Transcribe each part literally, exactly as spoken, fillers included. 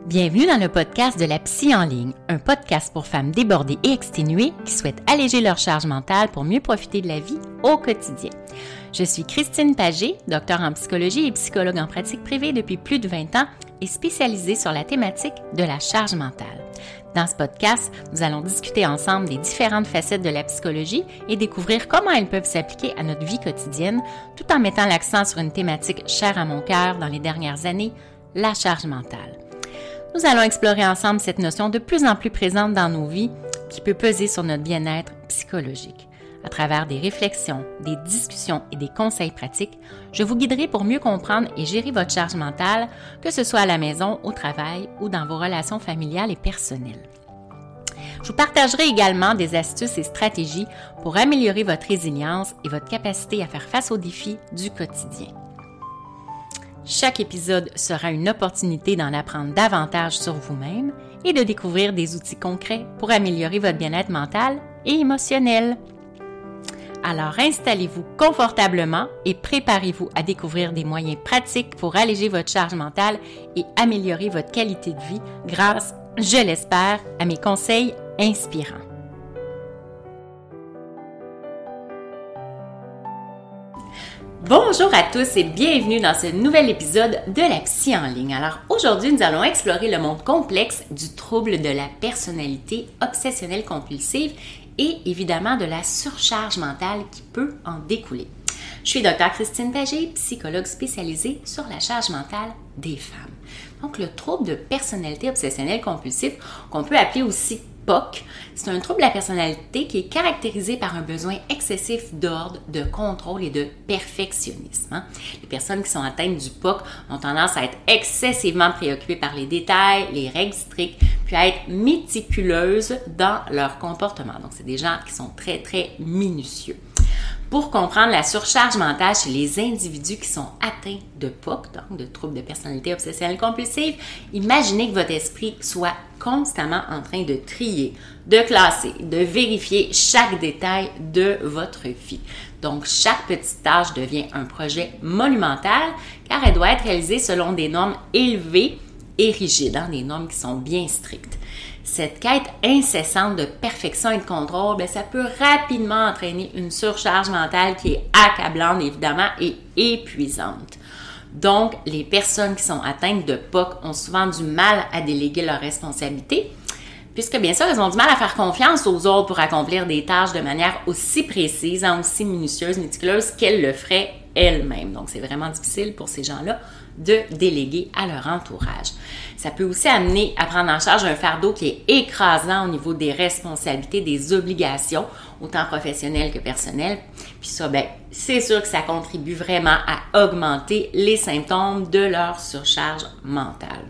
Bienvenue dans le podcast de la Psy en ligne, un podcast pour femmes débordées et exténuées qui souhaitent alléger leur charge mentale pour mieux profiter de la vie au quotidien. Je suis Christine Pagé, docteure en psychologie et psychologue en pratique privée depuis plus de vingt ans et spécialisée sur la thématique de la charge mentale. Dans ce podcast, nous allons discuter ensemble des différentes facettes de la psychologie et découvrir comment elles peuvent s'appliquer à notre vie quotidienne, tout en mettant l'accent sur une thématique chère à mon cœur dans les dernières années, la charge mentale. Nous allons explorer ensemble cette notion de plus en plus présente dans nos vies qui peut peser sur notre bien-être psychologique. À travers des réflexions, des discussions et des conseils pratiques, je vous guiderai pour mieux comprendre et gérer votre charge mentale, que ce soit à la maison, au travail ou dans vos relations familiales et personnelles. Je vous partagerai également des astuces et stratégies pour améliorer votre résilience et votre capacité à faire face aux défis du quotidien. Chaque épisode sera une opportunité d'en apprendre davantage sur vous-même et de découvrir des outils concrets pour améliorer votre bien-être mental et émotionnel. Alors installez-vous confortablement et préparez-vous à découvrir des moyens pratiques pour alléger votre charge mentale et améliorer votre qualité de vie grâce, je l'espère, à mes conseils inspirants. Bonjour à tous et bienvenue dans ce nouvel épisode de la Psy en ligne. Alors aujourd'hui, nous allons explorer le monde complexe du trouble de la personnalité obsessionnelle compulsive et évidemment de la surcharge mentale qui peut en découler. Je suis docteure Christine Pagé, psychologue spécialisée sur la charge mentale des femmes. Donc le trouble de personnalité obsessionnelle compulsive, qu'on peut appeler aussi P O C, c'est un trouble de la personnalité qui est caractérisé par un besoin excessif d'ordre, de contrôle et de perfectionnisme. Hein? Les personnes qui sont atteintes du P O C ont tendance à être excessivement préoccupées par les détails, les règles strictes, puis à être méticuleuses dans leur comportement. Donc, c'est des gens qui sont très, très minutieux. Pour comprendre la surcharge mentale chez les individus qui sont atteints de P O C, donc de troubles de personnalité obsessionnelle compulsive, imaginez que votre esprit soit constamment en train de trier, de classer, de vérifier chaque détail de votre vie. Donc, chaque petite tâche devient un projet monumental car elle doit être réalisée selon des normes élevées et rigides, hein, des normes qui sont bien strictes. Cette quête incessante de perfection et de contrôle, bien, ça peut rapidement entraîner une surcharge mentale qui est accablante, évidemment, et épuisante. Donc, les personnes qui sont atteintes de P O C ont souvent du mal à déléguer leurs responsabilités, puisque bien sûr, elles ont du mal à faire confiance aux autres pour accomplir des tâches de manière aussi précise, hein, aussi minutieuse, méticuleuse qu'elles le feraient elles-mêmes. Donc, c'est vraiment difficile pour ces gens-là de déléguer à leur entourage. Ça peut aussi amener à prendre en charge un fardeau qui est écrasant au niveau des responsabilités, des obligations, autant professionnelles que personnelles. Puis ça, ben, c'est sûr que ça contribue vraiment à augmenter les symptômes de leur surcharge mentale.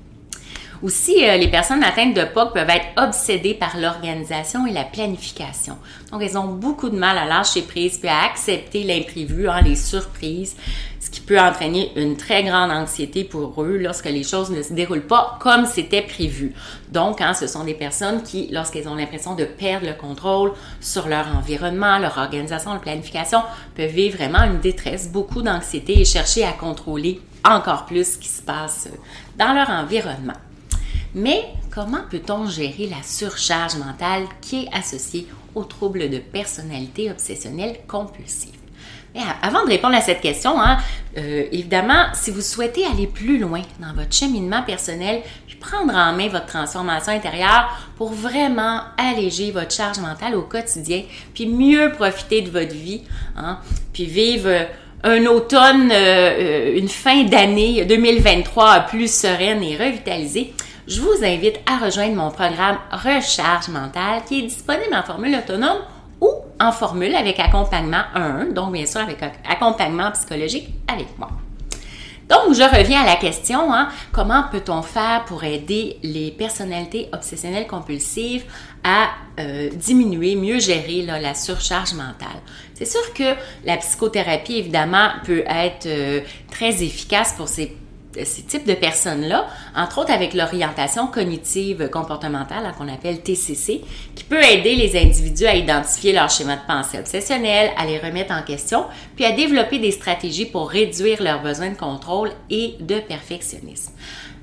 Aussi, euh, les personnes atteintes de P O C peuvent être obsédées par l'organisation et la planification. Donc, elles ont beaucoup de mal à lâcher prise puis à accepter l'imprévu, hein, les surprises, ce qui peut entraîner une très grande anxiété pour eux lorsque les choses ne se déroulent pas comme c'était prévu. Donc, hein, ce sont des personnes qui, lorsqu'elles ont l'impression de perdre le contrôle sur leur environnement, leur organisation, leur planification, peuvent vivre vraiment une détresse, beaucoup d'anxiété et chercher à contrôler encore plus ce qui se passe dans leur environnement. Mais comment peut-on gérer la surcharge mentale qui est associée au trouble de personnalité obsessionnelle compulsive? Mais avant de répondre à cette question, hein, euh, évidemment, si vous souhaitez aller plus loin dans votre cheminement personnel, puis prendre en main votre transformation intérieure pour vraiment alléger votre charge mentale au quotidien, puis mieux profiter de votre vie, hein, puis vivre euh, un automne, euh, une fin d'année deux mille vingt-trois plus sereine et revitalisée, je vous invite à rejoindre mon programme Recharge mentale qui est disponible en formule autonome ou en formule avec accompagnement un à un, donc bien sûr avec accompagnement psychologique avec moi. Donc, je reviens à la question, hein, comment peut-on faire pour aider les personnalités obsessionnelles compulsives à euh, diminuer, mieux gérer là, la surcharge mentale? C'est sûr que la psychothérapie, évidemment, peut être euh, très efficace pour ces ces types de personnes-là, entre autres avec l'orientation cognitive comportementale, hein, qu'on appelle T C C, qui peut aider les individus à identifier leur schéma de pensée obsessionnel, à les remettre en question, puis à développer des stratégies pour réduire leurs besoins de contrôle et de perfectionnisme.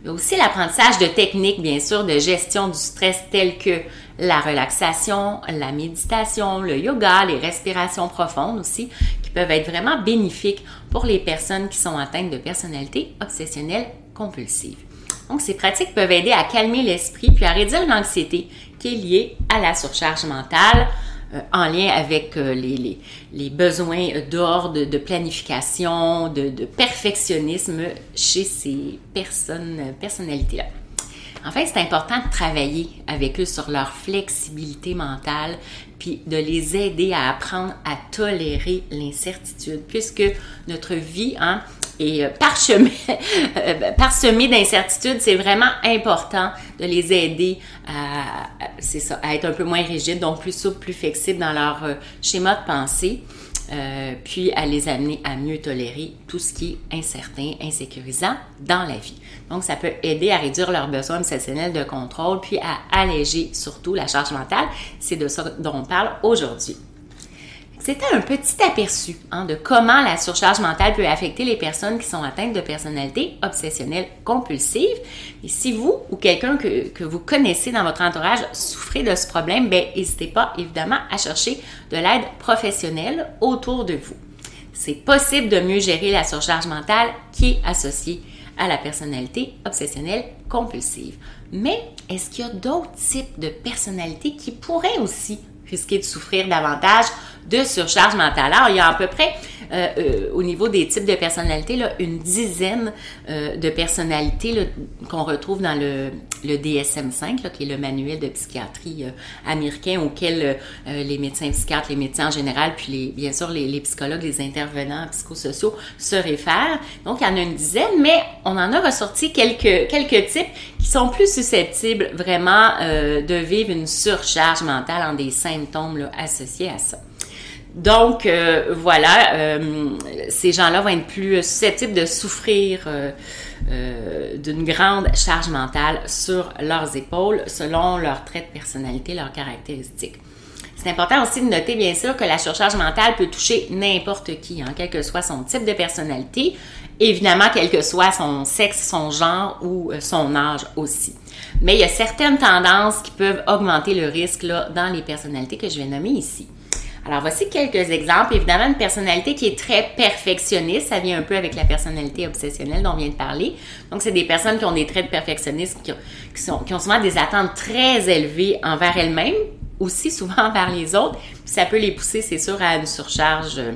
Il y a aussi l'apprentissage de techniques, bien sûr, de gestion du stress telles que la relaxation, la méditation, le yoga, les respirations profondes aussi, qui peuvent être vraiment bénéfiques pour les personnes qui sont atteintes de personnalité obsessionnelle compulsive. Donc, ces pratiques peuvent aider à calmer l'esprit puis à réduire l'anxiété qui est liée à la surcharge mentale, euh, en lien avec euh, les, les, les besoins d'ordre, de planification, de, de perfectionnisme chez ces personnes, personnalités-là. En fait, c'est important de travailler avec eux sur leur flexibilité mentale, puis de les aider à apprendre à tolérer l'incertitude, puisque notre vie hein, est parsemée, parsemée d'incertitudes. C'est vraiment important de les aider à, c'est ça, à être un peu moins rigides, donc plus souples, plus flexibles dans leur schéma de pensée. Euh, puis à les amener à mieux tolérer tout ce qui est incertain, insécurisant dans la vie. Donc, ça peut aider à réduire leurs besoins obsessionnels de contrôle, puis à alléger surtout la charge mentale. C'est de ça dont on parle aujourd'hui. C'était un petit aperçu hein, de comment la surcharge mentale peut affecter les personnes qui sont atteintes de personnalité obsessionnelle compulsive. Et si vous ou quelqu'un que, que vous connaissez dans votre entourage souffrez de ce problème, bien, n'hésitez pas évidemment à chercher de l'aide professionnelle autour de vous. C'est possible de mieux gérer la surcharge mentale qui est associée à la personnalité obsessionnelle compulsive. Mais est-ce qu'il y a d'autres types de personnalités qui pourraient aussi risquer de souffrir davantage de surcharge mentale? Alors, il y a à peu près, euh, euh, au niveau des types de personnalités, là, une dizaine euh, de personnalités là, qu'on retrouve dans le, le D S M cinq, là, qui est le manuel de psychiatrie euh, américain auquel euh, les médecins psychiatres, les médecins en général, puis les, bien sûr les, les psychologues, les intervenants psychosociaux se réfèrent. Donc, il y en a une dizaine, mais on en a ressorti quelques, quelques types qui sont plus susceptibles vraiment euh, de vivre une surcharge mentale en des symptômes là, associés à ça. Donc, euh, voilà, euh, ces gens-là vont être plus susceptibles de souffrir euh, euh, d'une grande charge mentale sur leurs épaules selon leurs traits de personnalité, leurs caractéristiques. C'est important aussi de noter, bien sûr, que la surcharge mentale peut toucher n'importe qui, hein, quel que soit son type de personnalité, évidemment, quel que soit son sexe, son genre ou son âge aussi. Mais il y a certaines tendances qui peuvent augmenter le risque là, dans les personnalités que je vais nommer ici. Alors, voici quelques exemples. Évidemment, une personnalité qui est très perfectionniste, ça vient un peu avec la personnalité obsessionnelle dont on vient de parler. Donc, c'est des personnes qui ont des traits de perfectionnisme, qui ont, qui sont, qui ont souvent des attentes très élevées envers elles-mêmes, aussi souvent envers les autres. Puis ça peut les pousser, c'est sûr, à une surcharge euh,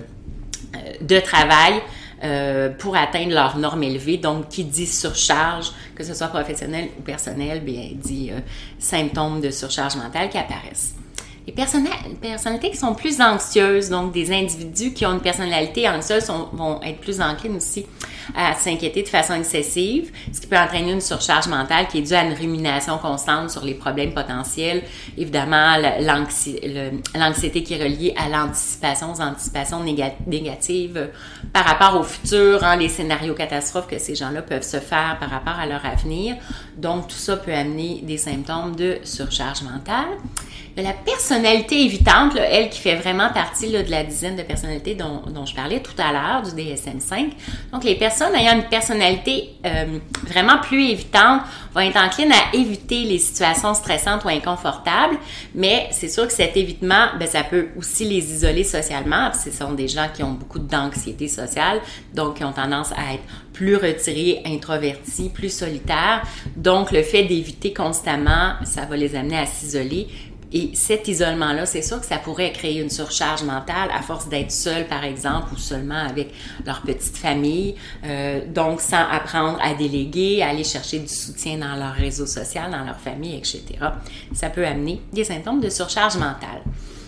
de travail euh, pour atteindre leur norme élevée. Donc, qui dit surcharge, que ce soit professionnel ou personnel, bien, dit euh, symptômes de surcharge mentale qui apparaissent. Les personnalités qui sont plus anxieuses, donc des individus qui ont une personnalité anxieuse sont, vont être plus enclines aussi à s'inquiéter de façon excessive, ce qui peut entraîner une surcharge mentale qui est due à une rumination constante sur les problèmes potentiels. Évidemment, l'anxi- le, l'anxiété qui est reliée à l'anticipation, aux anticipations négatives par rapport au futur, hein, les scénarios catastrophes que ces gens-là peuvent se faire par rapport à leur avenir. Donc, tout ça peut amener des symptômes de surcharge mentale. De la personnalité évitante, là, elle qui fait vraiment partie là, de la dizaine de personnalités dont, dont je parlais tout à l'heure, du D S M cinq. Donc, les personnes ayant une personnalité euh, vraiment plus évitante vont être enclines à éviter les situations stressantes ou inconfortables, mais c'est sûr que cet évitement, ben, ça peut aussi les isoler socialement. Ce sont des gens qui ont beaucoup d'anxiété sociale, donc qui ont tendance à être plus retirés, introvertis, plus solitaires. Donc, le fait d'éviter constamment, ça va les amener à s'isoler. Et cet isolement-là, c'est sûr que ça pourrait créer une surcharge mentale à force d'être seul, par exemple, ou seulement avec leur petite famille, euh, donc sans apprendre à déléguer, à aller chercher du soutien dans leur réseau social, dans leur famille, et cetera. Ça peut amener des symptômes de surcharge mentale.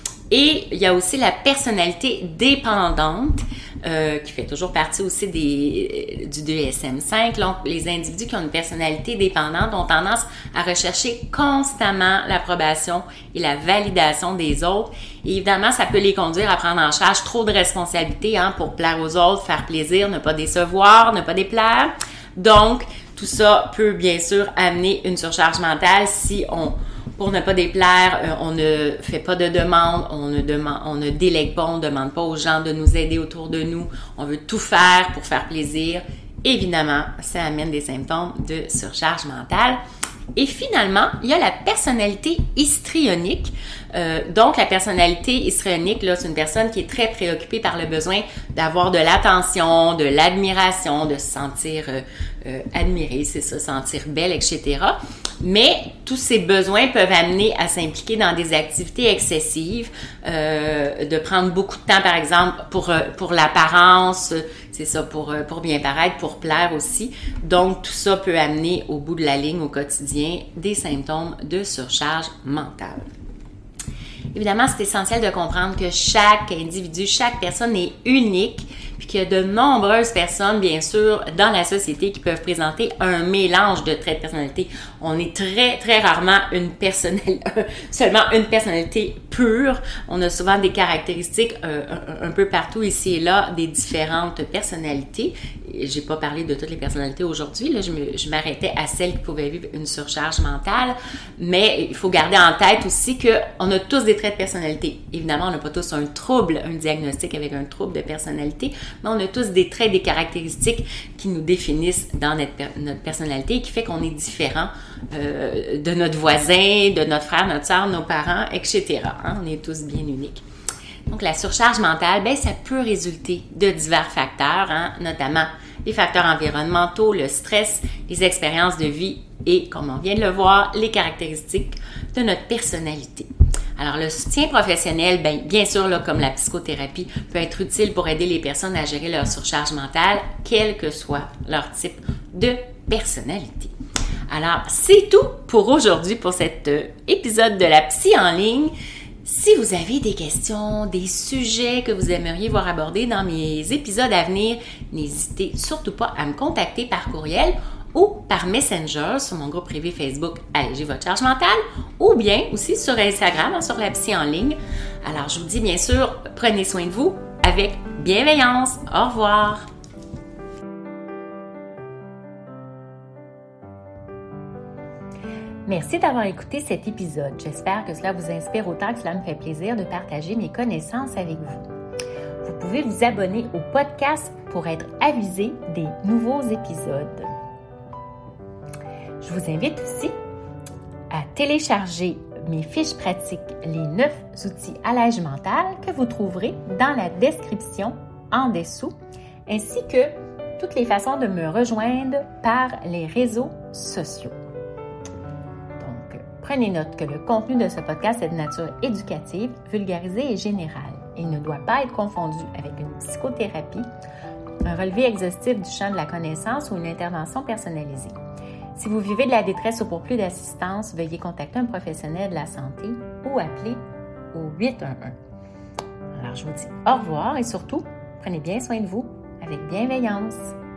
Et il y a aussi la personnalité dépendante, euh, qui fait toujours partie aussi des, du D S M cinq. Donc, les individus qui ont une personnalité dépendante ont tendance à rechercher constamment l'approbation et la validation des autres. Et évidemment, ça peut les conduire à prendre en charge trop de responsabilités hein, pour plaire aux autres, faire plaisir, ne pas décevoir, ne pas déplaire. Donc, tout ça peut bien sûr amener une surcharge mentale si on... Pour ne pas déplaire, euh, on ne fait pas de demande, on ne, demande, on ne délègue pas, on ne demande pas aux gens de nous aider autour de nous. On veut tout faire pour faire plaisir évidemment, ça amène des symptômes de surcharge mentale. Et finalement, il y a la personnalité histrionique. Euh, donc, la personnalité histrionique, là, c'est une personne qui est très préoccupée par le besoin d'avoir de l'attention, de l'admiration, de se sentir euh, euh, admirée, c'est ça, sentir belle, et cetera. Mais tous ces besoins peuvent amener à s'impliquer dans des activités excessives, euh, de prendre beaucoup de temps, par exemple, pour, euh, pour l'apparence, c'est ça, pour, euh, pour bien paraître, pour plaire aussi. Donc, tout ça peut amener au bout de la ligne, au quotidien, des symptômes de surcharge mentale. Évidemment, c'est essentiel de comprendre que chaque individu, chaque personne est unique, puis qu'il y a de nombreuses personnes, bien sûr, dans la société qui peuvent présenter un mélange de traits de personnalité. On est très, très rarement une personnalité, seulement une personnalité pure. On a souvent des caractéristiques euh, un, un peu partout ici et là, des différentes personnalités. J'ai pas parlé de toutes les personnalités aujourd'hui, là, je, me, je m'arrêtais à celles qui pouvaient vivre une surcharge mentale, mais il faut garder en tête aussi qu'on a tous des traits de personnalité. Évidemment, on n'a pas tous un trouble, un diagnostic avec un trouble de personnalité, mais on a tous des traits, des caractéristiques qui nous définissent dans notre, notre personnalité et qui fait qu'on est différent euh, de notre voisin, de notre frère, notre soeur, nos parents, et cetera. Hein? On est tous bien uniques. Donc, la surcharge mentale, ben, ça peut résulter de divers facteurs, hein, notamment les facteurs environnementaux, le stress, les expériences de vie et, comme on vient de le voir, les caractéristiques de notre personnalité. Alors, le soutien professionnel, bien, bien sûr, là, comme la psychothérapie, peut être utile pour aider les personnes à gérer leur surcharge mentale, quel que soit leur type de personnalité. Alors, c'est tout pour aujourd'hui, pour cet euh, épisode de la Psy en ligne. Si vous avez des questions, des sujets que vous aimeriez voir abordés dans mes épisodes à venir, n'hésitez surtout pas à me contacter par courriel ou par Messenger sur mon groupe privé Facebook Allégez votre charge mentale ou bien aussi sur Instagram, sur la Psy en ligne. Alors, je vous dis bien sûr, prenez soin de vous avec bienveillance. Au revoir! Merci d'avoir écouté cet épisode. J'espère que cela vous inspire autant que cela me fait plaisir de partager mes connaissances avec vous. Vous pouvez vous abonner au podcast pour être avisé des nouveaux épisodes. Je vous invite aussi à télécharger mes fiches pratiques, les neuf outils allège mental que vous trouverez dans la description en dessous, ainsi que toutes les façons de me rejoindre par les réseaux sociaux. Prenez note que le contenu de ce podcast est de nature éducative, vulgarisée et générale. Il ne doit pas être confondu avec une psychothérapie, un relevé exhaustif du champ de la connaissance ou une intervention personnalisée. Si vous vivez de la détresse ou pour plus d'assistance, veuillez contacter un professionnel de la santé ou appeler au huit un un. Alors, je vous dis au revoir et surtout, prenez bien soin de vous avec bienveillance.